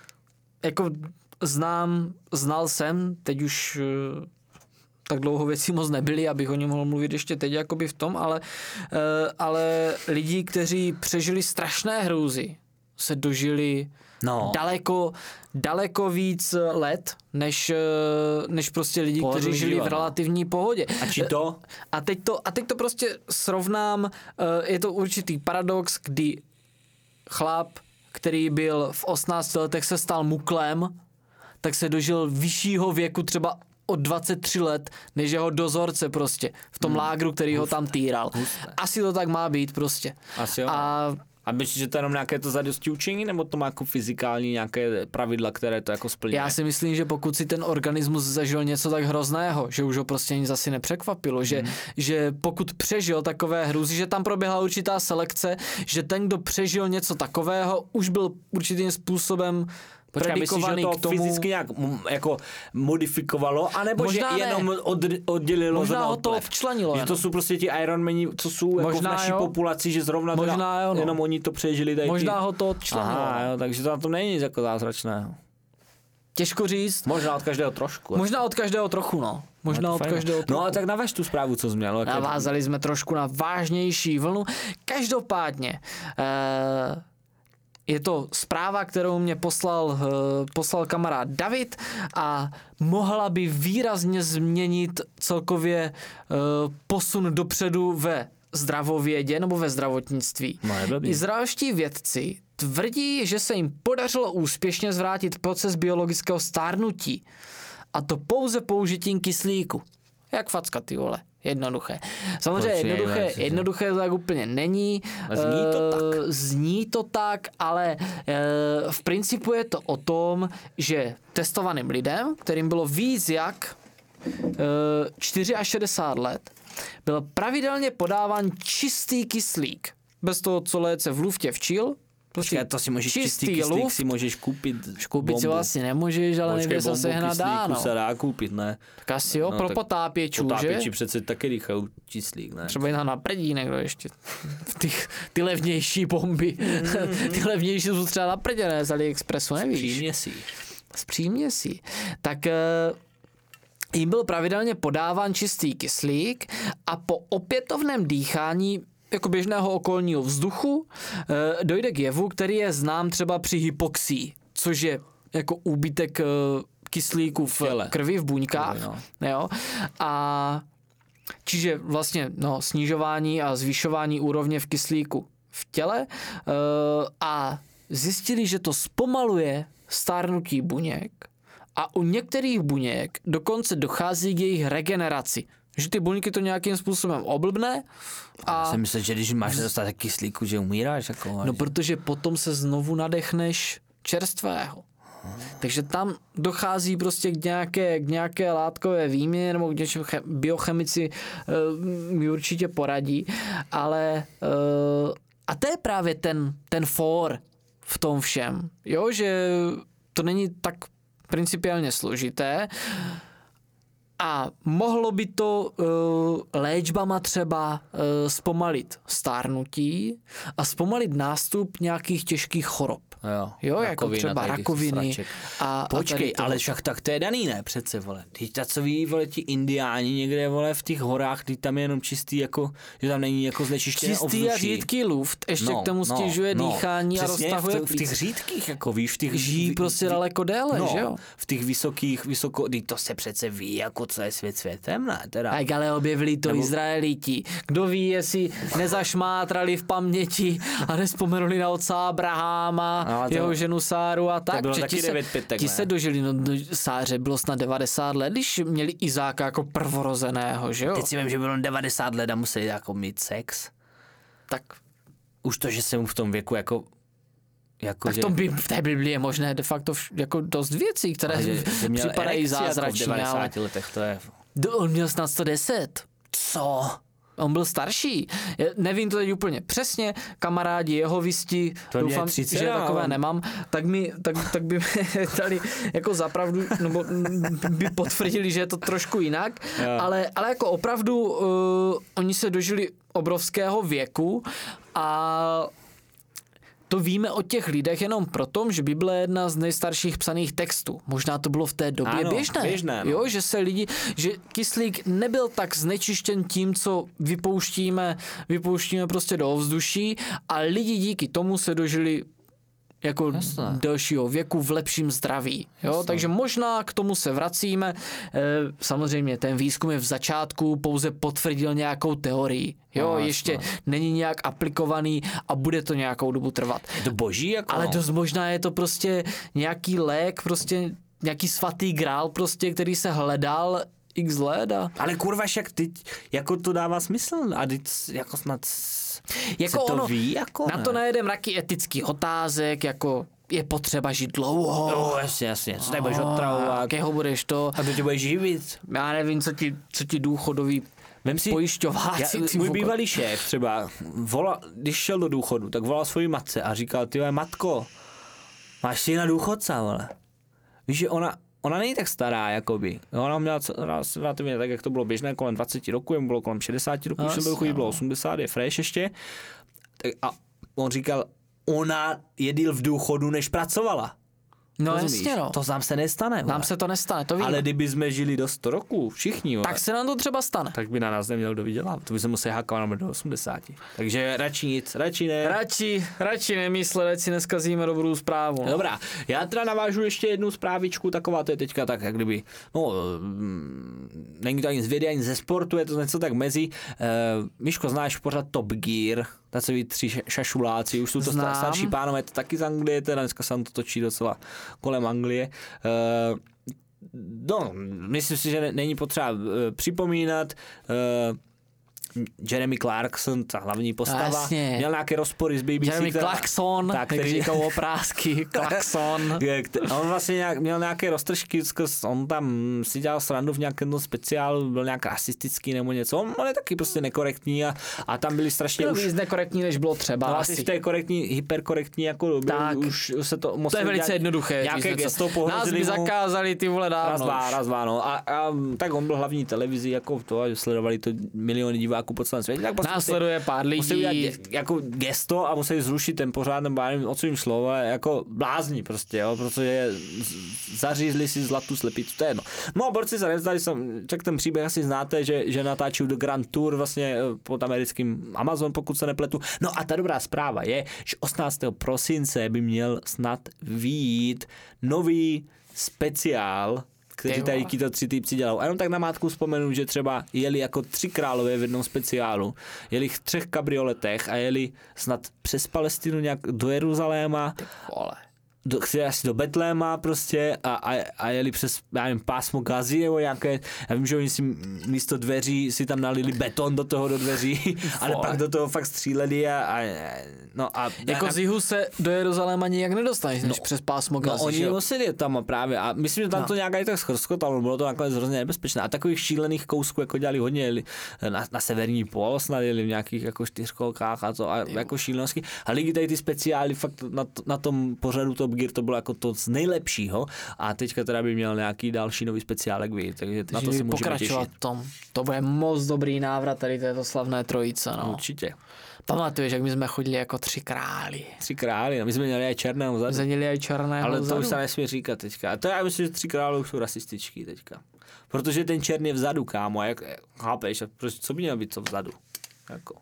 jako znám, znal jsem, teď už uh, tak dlouho věci moc nebyly, abych o něm mohl mluvit ještě teď jakoby v tom, ale, uh, ale lidi, kteří přežili strašné hrůzy, se dožili no. daleko, daleko víc let, než, než prostě lidi, Pohodlný kteří žili v relativní pohodě. A či to? A teď to, a teď to prostě srovnám, uh, je to určitý paradox, kdy chlap, který byl v osmnácti letech se stal muklem, tak se dožil vyššího věku třeba o dvacet tři let, než jeho dozorce prostě v tom hmm. lágru, který Husté. ho tam týral. Husté. Asi to tak má být prostě. Asi jo. A A myslíš, že to je jenom nějaké to zadosti učení, nebo to má jako fyzikální nějaké pravidla, které to jako splňuje? Já si myslím, že pokud si ten organismus zažil něco tak hrozného, že už ho prostě nic asi nepřekvapilo, že, hmm. že pokud přežil takové hrůzy, že tam proběhla určitá selekce, že ten, kdo přežil něco takového, už byl určitým způsobem Počkej, predikovaný myslíš, že to k tomu... fyzicky nějak jako modifikovalo, anebo možná že jenom od, oddělilo možná ho to včlenilo. Že to jsou prostě ti Ironmani, co jsou jako v naší jo. populaci, že zrovna možná jo, no. jenom oni to přežili. Tady možná ty... ho to odčlenilo. Aha, jo, takže to na tom není nic jako zázračného. Těžko říct. Možná od každého trošku. Možná od každého trochu, no. Možná no, od fajn. každého trochu. No a tak navaž tu zprávu, co jsi měl. Navázali jsme trošku na vážnější vlnu. Každopádně... Uh, je to zpráva, kterou mě poslal, poslal kamarád David a mohla by výrazně změnit celkově posun dopředu ve zdravovědě nebo ve zdravotnictví. No, Izraelští vědci tvrdí, že se jim podařilo úspěšně zvrátit proces biologického stárnutí. A to pouze použitím kyslíku. Jak facka, ty vole. Jednoduché. Samozřejmě Počkej, jednoduché, ne, jednoduché to tak úplně není. Zní to tak. E, zní to tak, ale e, v principu je to o tom, že testovaným lidem, kterým bylo víc jak e, šedesát čtyři let, byl pravidelně podáván čistý kyslík. Bez toho, co léce v luftě včil. Počkej, to si můžeš čistý kyslík luft, si můžeš koupit Koupit si vlastně nemůžeš, ale někde se sehnat dá, no. se dá koupit, ne? Tak asi jo, no, pro potápěčů, že? Potápěči přece taky dýchají kyslík, ne? Třeba jiná na prdí někdo ještě. Ty, ty levnější bomby. Mm. Ty levnější jsou třeba na prdě, ne? Z AliExpressu, nevíš? Z příměsí. Z příměsí. Tak jim byl pravidelně podáván čistý kyslík a po opětovném dýchání jako běžného okolního vzduchu dojde k jevu, který je znám třeba při hypoxii, což je jako úbytek kyslíku v krvi, v buňkách. No. Jo? A čiže vlastně no, snižování a zvyšování úrovně v kyslíku v těle a zjistili, že to zpomaluje stárnutí buněk a u některých buněk dokonce dochází k jejich regeneraci. Že ty buňky to nějakým způsobem oblbne. A já si myslím, že když máš dostatek kyslíku, že umíráš. Jako, no, protože potom se znovu nadechneš čerstvého. Hmm. Takže tam dochází prostě k nějaké, k nějaké látkové výměně, nebo k něčemu biochemici uh, mi určitě poradí, ale uh, a to je právě ten, ten for v tom všem. Jo, že to není tak principiálně složité. A mohlo by to uh, léčbama třeba uh, zpomalit stárnutí a zpomalit nástup nějakých těžkých chorob. Jo, jo jako třeba rakoviny. A, Počkej, a ale však tak to je daný, ne? Přece, vole. Teď ta co ví, vole, ti indiáni někde, vole, v těch horách, teď tam je jenom čistý, jako, že tam není jako znečištěné ovzduší. Čistý a řídký luft, ještě no, k tomu stěžuje no, dýchání no, a roztahuje v, v těch řídkých, jako víš, v těch... Žijí prostě daleko déle, no, že jo? V těch vysokých, vysoko, to se přece ví, jako co je svět světem, ne? Teda. Tak ale objevili to Nebo... Izraeliti. Kdo ví, jestli nezašmátrali v paměti a nespomenuli na otce Abraháma, no, to... jeho ženu Sáru a tak. To bylo taky taky devět pětek, ti se dožili, no do Sáře bylo snad devadesát let, když měli Izáka jako prvorozeného, že jo? Teď si vím, že bylo devadesát let a museli jako mít sex. Tak už to, že jsem v tom věku jako Jako, tak že... v, tom by, v té Biblii je možné de facto vš, jako dost věcí, které že, že připadají zázračné. Jako v devadesáti letech to je... On měl snad sto deset. Co? On byl starší. Já nevím to teď úplně přesně, kamarádi jeho visti, doufám, třicet, že takové on... nemám, tak, mi, tak, tak by mi dali jako zapravdu, nebo by potvrdili, že je to trošku jinak, ale, ale jako opravdu uh, oni se dožili obrovského věku a to víme o těch lidech jenom proto, že Bible je jedna z nejstarších psaných textů. Možná to bylo v té době ano, běžné. běžné no. Jo, že se lidi, že kyslík nebyl tak znečištěn tím, co vypouštíme, vypouštíme prostě do ovzduší a lidi díky tomu se dožili jako Jasné. delšího věku v lepším zdraví. Jo? Takže možná k tomu se vracíme. E, samozřejmě ten výzkum je v začátku, pouze potvrdil nějakou teorii. Jo? No, ještě není nějak aplikovaný a bude to nějakou dobu trvat. Je to boží? Jako Ale dost možná je to prostě nějaký lék, prostě nějaký svatý grál, prostě, který se hledal x let. A... Ale kurva, však teď jako to dává smysl a teď jako snad jako to ono, ví, jako na ne? to najede mraky etických otázek, jako je potřeba žít dlouho. No, jasně, jasně, co tady budeš otravovat. Jakého budeš to. A to tě budeš živit. Já nevím, co ti, co ti důchodový Vem si, pojišťováci. Já, můj bývalý šéf třeba, vola, když šel do důchodu, tak volal svoji matce a říkal, ty matko, máš si na důchodca, vole. Víš, že ona, ona není tak stará, jakoby. Ona měla relativně tak, jak to bylo běžné, kolem dvacet roku, jemu bylo kolem šedesát roku, už byl chodí, bylo osmdesát, je fresh ještě. Tak a on říkal, ona jedil v důchodu, než pracovala. No Rozumíš? jasně, no. To nám se nestane. Nám se to nestane, to víme. Ale kdyby jsme žili do sto roků, všichni, vole, tak se nám to třeba stane. tak by na nás neměl kdo vydělat. To by se museli hákovat do osmdesáti. Takže radši nic, radši ne. Radši, radši nemyslet, ať si neskazíme dobrou zprávu. No. Dobrá, já teda navážu ještě jednu zprávičku, taková to je teďka tak, jak kdyby, no, mm, není to ani z vědy, ani ze sportu, je to něco tak mezi. Uh, Miško, znáš pořád Top Gear, takový tři šašuláci, už jsou to Znám. starší pánové, to taky z Anglie, teda dneska se tam to točí docela kolem Anglie. Uh, no, myslím si, že není potřeba uh, připomínat, uh, Jeremy Clarkson, ta hlavní postava, Jasně. měl nějaké rozpory s B B C. Jeremy která, Clarkson, tak, jak který, říkal oprázky, Clarkson. on vlastně nějak, měl nějaké roztržky, on tam si dělal srandu v nějakém speciálu, byl nějak rasistický nebo něco, on, on je taky prostě nekorektní a, a tam byli strašně Byl už... víc nekorektní, než bylo třeba. No asi. asi v té korektní, hyperkorektní jako Tak. už se to... To je velice dělat, jednoduché. nějaké říct gesto něco. pohrozili Nás by mu. zakázali ty vole dávno. Raz, dva, už. raz, dva, no. A, a, tak on byl hlavní televizi, jako to, a sledovali to miliony diváků po celém světě. Tak Nás sleduje pár musí lidí. udělat jako gesto a musí zrušit ten pořád, nebo já nevím, o co jim slovo, jako blázni prostě, jo, protože zařízli si zlatou slepicu, to je jedno. No, borci se nevzdali, jsem, tak ten příběh asi znáte, že, že natáčí The Grand Tour vlastně pod americkým Amazon, pokud se nepletu. No a ta dobrá zpráva je, že osmnáctého prosince by měl snad vyjít nový speciál, kteří tady títo tři týpci dělají. A jenom tak na mátku vzpomenu, že třeba jeli jako tři králové v jednom speciálu, jeli v třech kabrioletech a jeli snad přes Palestinu nějak do Jeruzaléma, Vole. do, chci asi do Betléma prostě a, a, a jeli přes, já nevím, pásmo Gazy nebo nějaké, já vím, že oni si místo dveří si tam nalili beton do toho do dveří, ale pak do toho fakt stříleli a, a no a... Jako a, z jihu se do Jeruzaléma nijak nedostaneš, než No, přes pásmo No Gazy, oni že jo? nosili tam právě a myslím, že tam No. to nějak i tak schrskotalo, bylo to nakonec hrozně nebezpečné. A takových šílených kousků jako dělali hodně, jeli na, na severní pól snad jeli v nějakých jako čtyřkolkách a to a jako šílenosti. A lidi tady ty speciály fakt na, na tom pořadu Top Gear to bylo jako to z nejlepšího a teďka teda by měl nějaký další nový speciálek vyjít, takže na to se můžeme pokračovat těšit. v tom. To bude moc dobrý návrat tady této slavné trojice, no. Určitě. Pamatuješ, jak my jsme chodili jako tři králi. Tři králi, no, my jsme měli aj černého vzadu. Zděli aj černého Ale to vzadu. už se nesmí říkat teďka. A to já myslím, že tři krále už jsou rasističtí teďka. Protože ten černý je vzadu, kámo. A jak, chápeš, proč, co by mělo být co vzadu? Jako.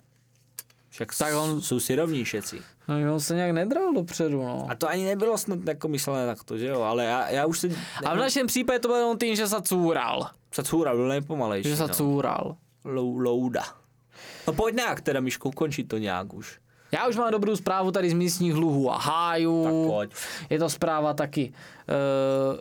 Však Tak on- jsou si rovní všetci. No, on se nějak nedral dopředu, no. A to ani nebylo snad jako myšlené takto, že jo? Ale já, já už se... A v našem případě to byl jenom tím, že se cůral. Sacura byl nejpomalejší. Že se no. cůral. Lou, louda. No pojď nějak teda, Miško, končit to nějak už. Já už mám dobrou zprávu tady z místních luhů a hájů. Tak pojď. Je to zpráva taky. Uh,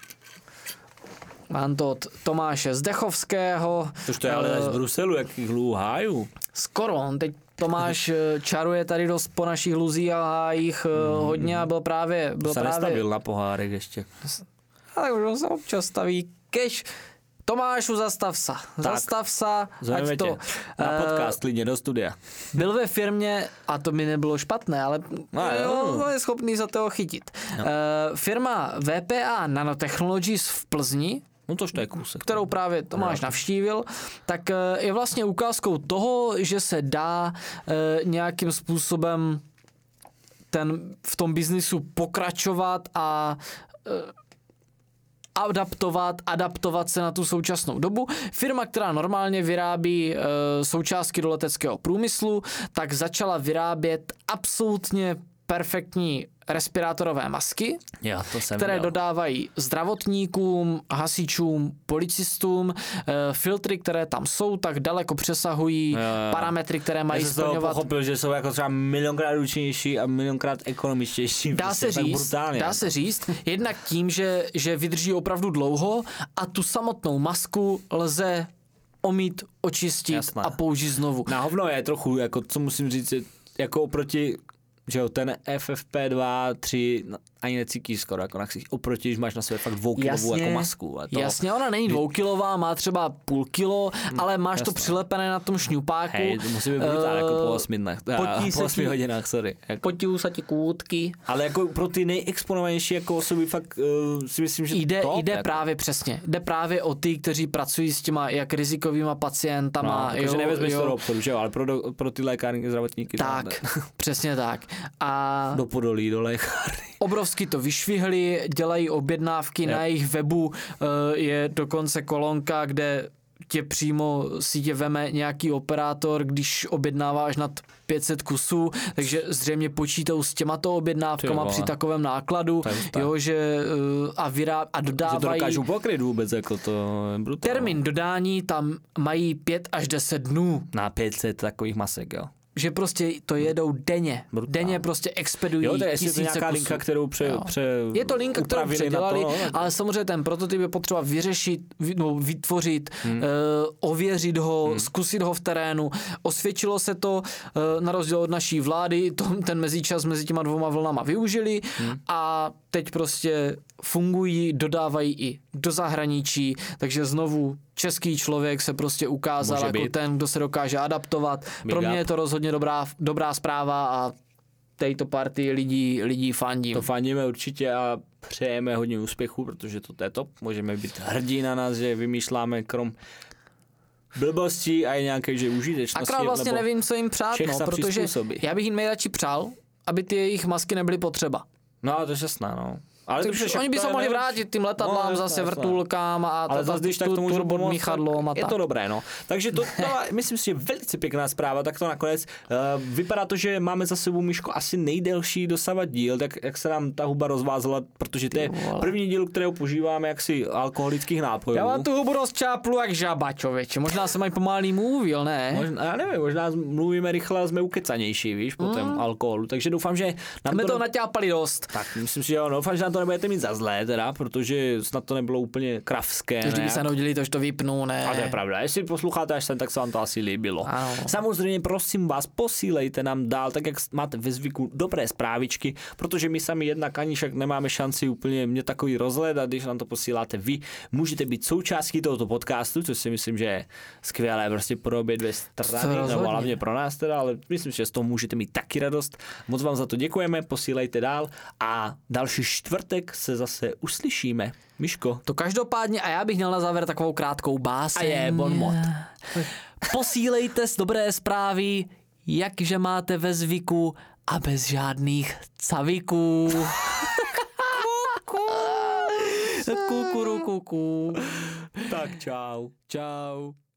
mám to od Tomáše Zdechovského. Což to je ale Eh, z Bruselu, jakých lů hájů. Skoro, on teď Tomáš eh, čaruje tady dost po našich luzích a hájích uh, hodně a byl právě... Byl Se právě nestavil na pohárek ještě. ale už on se občas staví keš. Tomášu, zastav sa. Zastav sa, Zajmeme ať to... tě. Na eh, podcast, klidně do studia. Byl ve firmě, a to mi nebylo špatné, ale No, jo, jo. on je schopný za toho chytit. No. Firma V P A Nanotechnologies v Plzni, No tož to je kousek. kterou právě Tomáš navštívil, tak eh, je vlastně ukázkou toho, že se dá eh, nějakým způsobem ten, v tom biznisu pokračovat a eh, adaptovat, adaptovat se na tu současnou dobu. Firma, která normálně vyrábí e, součástky do leteckého průmyslu, tak začala vyrábět absolutně perfektní respirátorové masky, Já to jsem které měl. dodávají zdravotníkům, hasičům, policistům. E, filtry, které tam jsou, tak daleko přesahují Jo, jo. parametry, které mají Já jsem z toho splňovat. pochopil, že jsou jako třeba milionkrát účinnější a milionkrát ekonomičtější. Dá Prostě se tak říct, brutálně. dá se říct, jednak tím, že, že vydrží opravdu dlouho a tu samotnou masku lze omít, očistit Jasné. a použít znovu. Na hovno je trochu, jako co musím říct, je, jako oproti, že jo, ten F F P dva, tři, no, ani necítíš skoro, jako na ksich, oproti, když máš na sobě fakt dvoukilovou jako masku. A to, Jasně, ona není dvoukilová, má třeba půl kilo, ale máš jasné. to přilepené na tom šňupáku. Hej, to musí být brutál, jako po Eh, osmi dnech, potí se po osmi ti- hodinách, sorry. Jako, Potiu se ti kůtky. ale jako pro ty nejexponovanější jako osoby fakt uh, si myslím, že Jde, top, jde jako. právě přesně. Jde právě o ty, kteří pracují s těma jak rizikovýma pacientama. No, takže jo, nevezmeš jo. to do obchodu, že jo, ale pro, do, pro ty lékárníky, zdravotníky. Tak, přesně tak. A Do podolí, do lékárny. obrovský obrovsky to vyšvihli, dělají objednávky, Yep. na jejich webu je dokonce kolonka, kde tě přímo si tě veme nějaký operátor, když objednáváš nad pět set kusů, takže zřejmě počítou s těmato objednávkama při takovém nákladu, jo, že a vyráb a dodávají. Že to dokážu pokryt vůbec, jako to je brutál. Termín dodání tam mají pět až deset dnů. Na pět set takových masek, jo. Že prostě to jedou denně. Brutál. Denně prostě expedují jo, to je tisíce nějaká kusů. linka, kterou pře, pře Je to linka, kterou předělali, to, no, ale samozřejmě ten prototyp je potřeba vyřešit, no, vytvořit, hmm. uh, ověřit ho, hmm. zkusit ho v terénu. Osvědčilo se to, uh, na rozdíl od naší vlády, to, ten mezičas mezi těma dvouma vlnama využili hmm. a teď prostě fungují, dodávají i do zahraničí, takže znovu český člověk se prostě ukázal Může jako být. ten, kdo se dokáže adaptovat. Big Pro mě up. je to rozhodně dobrá, dobrá zpráva a této partii lidí, lidí fandím. To fandíme určitě a přejeme hodně úspěchu, protože to je top. Můžeme být hrdí na nás, že vymýšláme krom blbostí a i nějaké, že užitečnosti. Akorát vlastně nevím, co jim přát, no, protože já bych jim nejradši přál, aby ty jejich masky nebyly potřeba. No, to je jasná, no. Ale Takže oni by se mohli vrátit tím letadlám, no, zase vrtulkám a ale zase, když tak to můžu pomoct, míchadlom a je tak. to dobré, no. Takže to, to myslím si, že je velice pěkná zpráva, tak to nakonec uh, vypadá to, že máme za sebou, Miško, asi nejdelší dosavat díl, tak jak se nám ta huba rozvázala, protože to je první díl, kterého používáme jaksi alkoholických nápojů. Já mám tu hubu rozčáplu jak žaba, člověče. Možná jsem aj pomalý mluvil, ne? Možná, já nevím, možná mluvíme rychle a jsme ukecanější, víš, po tom mm. alkoholu. Takže doufám, že nám My to... to naťápali dost. Tak, myslím si, že jo, no, doufám, že nám to nebudete mít za zlé, teda, protože snad to nebylo úplně kravské. Když by se narodili, to, že to vypnu, ne? A to je pravda. Jestli posloucháte až sem, tak se vám to asi líbilo. Ano. Samozřejmě prosím vás, posílejte nám dál, tak jak máte ve zvyku, dobré zprávičky, protože my sami jednak ani však nemáme šanci úplně mě takový rozhledat, když nám to posíláte vy. Můžete být součástí tohoto podcastu, což si myslím, že je skvělé prostě pro obě dvě strany, nebo hlavně pro nás teda, ale myslím, že z toho můžete mít taky radost. Moc vám za to děkujeme, posílejte dál a další čtvrtek se zase uslyšíme. Miško. To každopádně a já bych měl na závěr takovou krátkou báseň. A je, bon mot. Posílejte z dobré zprávy, jakže máte ve zvyku a bez žádných caviků. Kuku. Kukuru kuku. Tak čau. Čau.